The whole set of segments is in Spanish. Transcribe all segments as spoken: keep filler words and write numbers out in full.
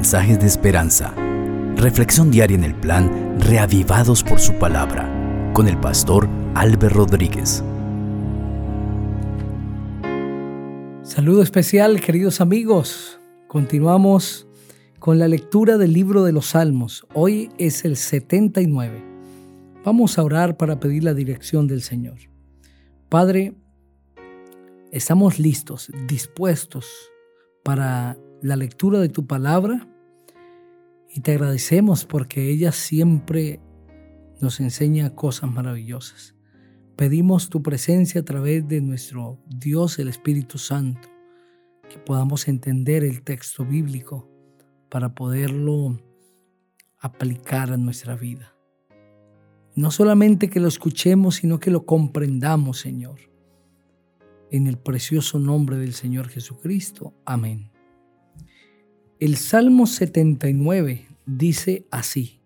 mensajes de esperanza. Reflexión diaria en el plan Reavivados por su palabra, con el pastor Álvaro Rodríguez. Saludo especial, queridos amigos. Continuamos con la lectura del libro de los Salmos. Hoy es el setenta y nueve. Vamos a orar para pedir la dirección del Señor. Padre, estamos listos, dispuestos para la lectura de tu palabra y te agradecemos porque ella siempre nos enseña cosas maravillosas. Pedimos tu presencia a través de nuestro Dios, el Espíritu Santo, que podamos entender el texto bíblico para poderlo aplicar a nuestra vida. No solamente que lo escuchemos, sino que lo comprendamos, Señor. En el precioso nombre del Señor Jesucristo. Amén. El Salmo setenta y nueve dice así: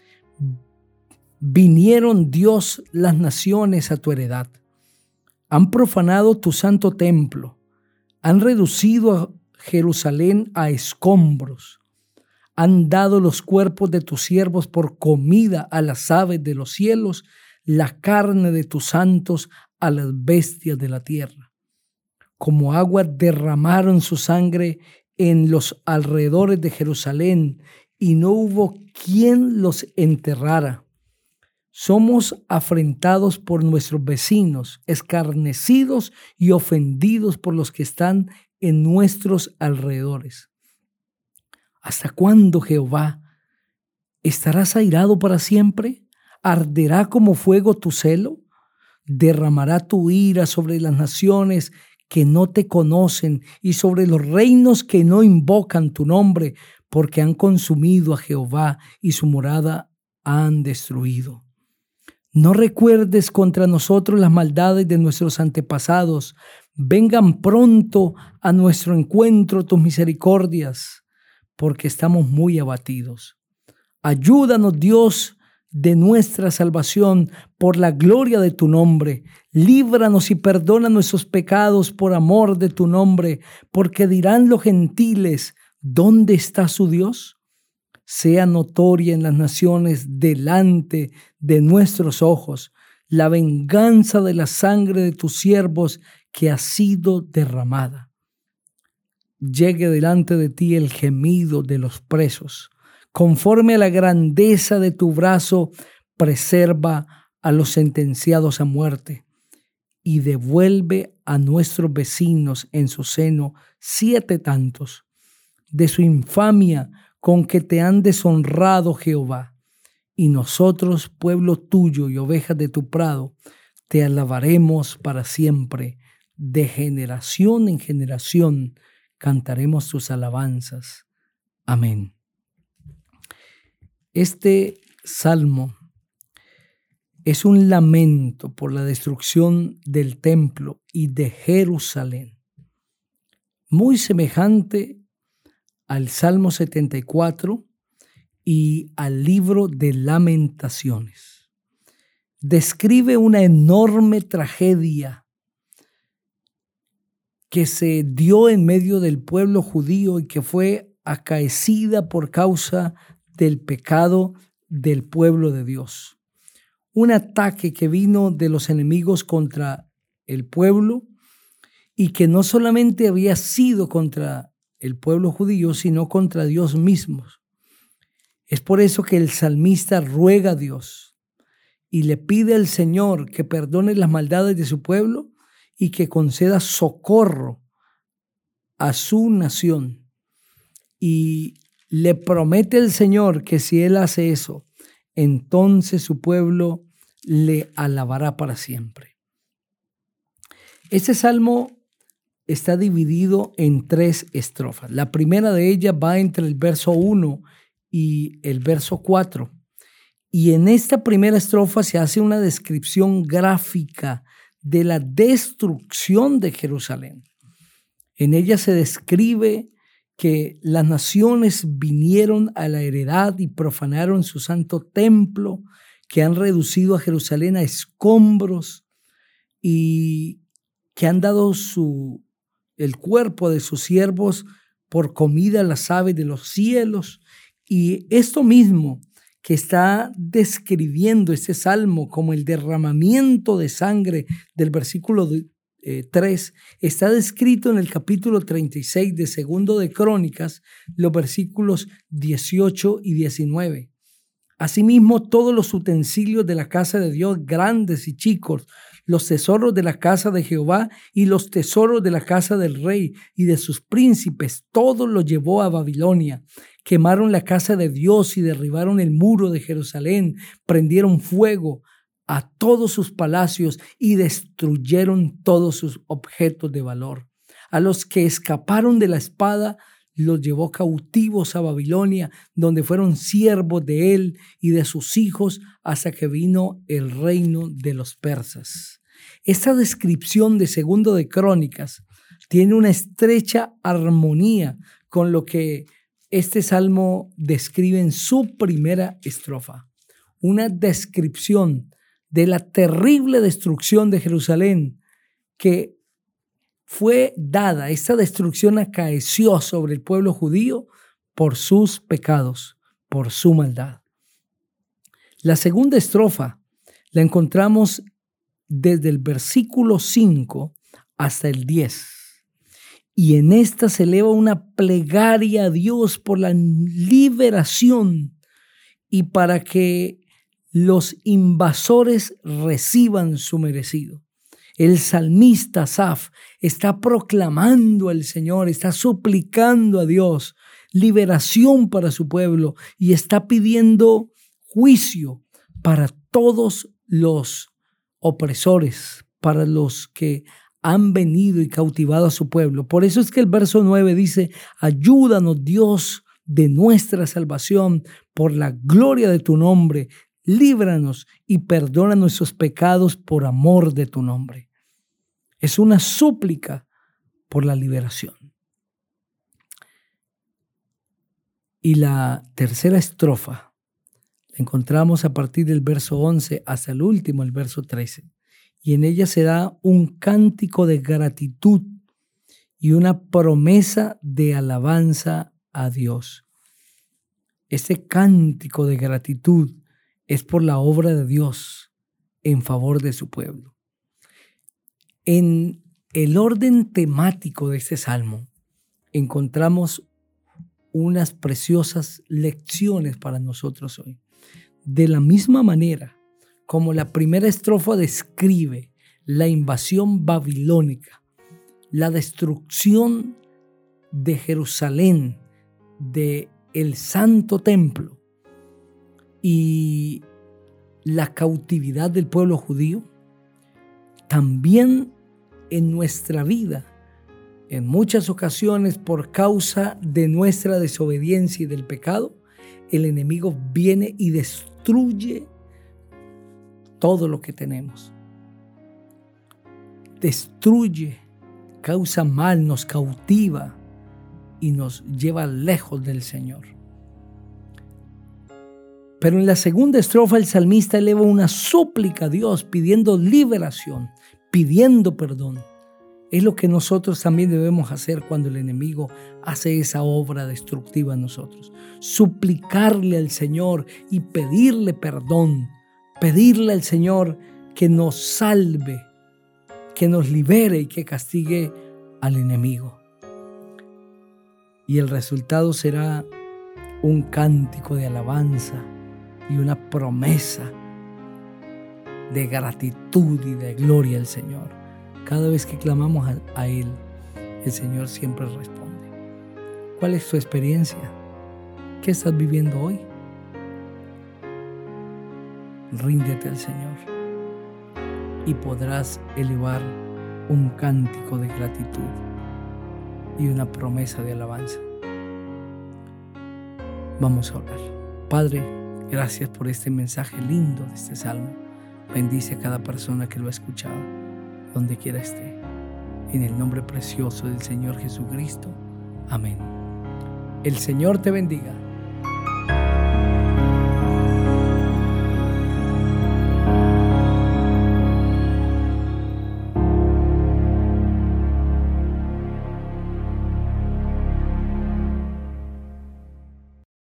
Vinieron, Dios, las naciones a tu heredad. Han profanado tu santo templo. Han reducido a Jerusalén a escombros. Han dado los cuerpos de tus siervos por comida a las aves de los cielos, la carne de tus santos a las bestias de la tierra. Como agua derramaron su sangre en los alrededores de Jerusalén, y no hubo quien los enterrara. Somos afrentados por nuestros vecinos, escarnecidos y ofendidos por los que están en nuestros alrededores. ¿Hasta cuándo, Jehová? ¿Estarás airado para siempre? ¿Arderá como fuego tu celo? ¿Derramará tu ira sobre las naciones que no te conocen y sobre los reinos que no invocan tu nombre, porque han consumido a Jehová y su morada han destruido? No recuerdes contra nosotros las maldades de nuestros antepasados. Vengan pronto a nuestro encuentro tus misericordias, porque estamos muy abatidos. Ayúdanos, Dios, de nuestra salvación, por la gloria de tu nombre. Líbranos y perdona nuestros pecados por amor de tu nombre, porque dirán los gentiles: ¿dónde está su Dios? Sea notoria en las naciones delante de nuestros ojos la venganza de la sangre de tus siervos que ha sido derramada. Llegue delante de ti el gemido de los presos. Conforme a la grandeza de tu brazo, preserva a los sentenciados a muerte y devuelve a nuestros vecinos en su seno siete tantos de su infamia con que te han deshonrado, Jehová. Y nosotros, pueblo tuyo y ovejas de tu prado, te alabaremos para siempre. De generación en generación cantaremos tus alabanzas. Amén. Este salmo es un lamento por la destrucción del templo y de Jerusalén, muy semejante al Salmo setenta y cuatro y al libro de Lamentaciones. Describe una enorme tragedia que se dio en medio del pueblo judío y que fue acaecida por causa del pecado del pueblo de Dios. Un ataque que vino de los enemigos contra el pueblo y que no solamente había sido contra el pueblo judío, sino contra Dios mismo. Es por eso que el salmista ruega a Dios y le pide al Señor que perdone las maldades de su pueblo y que conceda socorro a su nación. Y le promete al Señor que si Él hace eso, entonces su pueblo le alabará para siempre. Este salmo está dividido en tres estrofas. La primera de ellas va entre el verso uno y el verso cuatro. Y en esta primera estrofa se hace una descripción gráfica de la destrucción de Jerusalén. En ella se describe que las naciones vinieron a la heredad y profanaron su santo templo, que han reducido a Jerusalén a escombros y que han dado su, el cuerpo de sus siervos por comida a las aves de los cielos. Y esto mismo que está describiendo este salmo como el derramamiento de sangre del versículo eh, tres, está descrito en el capítulo treinta y seis de Segundo de Crónicas, los versículos dieciocho y diecinueve. Asimismo, todos los utensilios de la casa de Dios, grandes y chicos, los tesoros de la casa de Jehová y los tesoros de la casa del rey y de sus príncipes, todos los llevó a Babilonia. Quemaron la casa de Dios y derribaron el muro de Jerusalén, prendieron fuego a todos sus palacios y destruyeron todos sus objetos de valor. A los que escaparon de la espada los llevó cautivos a Babilonia, donde fueron siervos de él y de sus hijos hasta que vino el reino de los persas. Esta descripción de Segundo de Crónicas tiene una estrecha armonía con lo que este salmo describe en su primera estrofa. Una descripción de la terrible destrucción de Jerusalén que fue dada. Esta destrucción acaeció sobre el pueblo judío por sus pecados, por su maldad. La segunda estrofa la encontramos desde el versículo cinco hasta el diez. Y en esta se eleva una plegaria a Dios por la liberación y para que los invasores reciban su merecido. El salmista Asaf está proclamando al Señor, está suplicando a Dios liberación para su pueblo y está pidiendo juicio para todos los opresores, para los que han venido y cautivado a su pueblo. Por eso es que el verso nueve dice: ayúdanos, Dios de nuestra salvación, por la gloria de tu nombre, líbranos y perdona nuestros pecados por amor de tu nombre. Es una súplica por la liberación. Y la tercera estrofa la encontramos a partir del verso once hasta el último, el verso trece. Y en ella se da un cántico de gratitud y una promesa de alabanza a Dios. Este cántico de gratitud es por la obra de Dios en favor de su pueblo. En el orden temático de este salmo encontramos unas preciosas lecciones para nosotros hoy. De la misma manera como la primera estrofa describe la invasión babilónica, la destrucción de Jerusalén, de el Santo Templo y la cautividad del pueblo judío, también en nuestra vida, en muchas ocasiones por causa de nuestra desobediencia y del pecado, el enemigo viene y destruye todo lo que tenemos. Destruye, causa mal, nos cautiva y nos lleva lejos del Señor. Pero en la segunda estrofa el salmista eleva una súplica a Dios pidiendo liberación, pidiendo perdón. Es lo que nosotros también debemos hacer cuando el enemigo hace esa obra destructiva en nosotros. Suplicarle al Señor y pedirle perdón. Pedirle al Señor que nos salve, que nos libere y que castigue al enemigo. Y el resultado será un cántico de alabanza y una promesa de gratitud y de gloria al Señor. Cada vez que clamamos a, a Él, el Señor siempre responde. ¿Cuál es tu experiencia? ¿Qué estás viviendo hoy? Ríndete al Señor y podrás elevar un cántico de gratitud y una promesa de alabanza. Vamos a orar. Padre, gracias por este mensaje lindo de este salmo. Bendice a cada persona que lo ha escuchado, donde quiera esté. En el nombre precioso del Señor Jesucristo. Amén. El Señor te bendiga.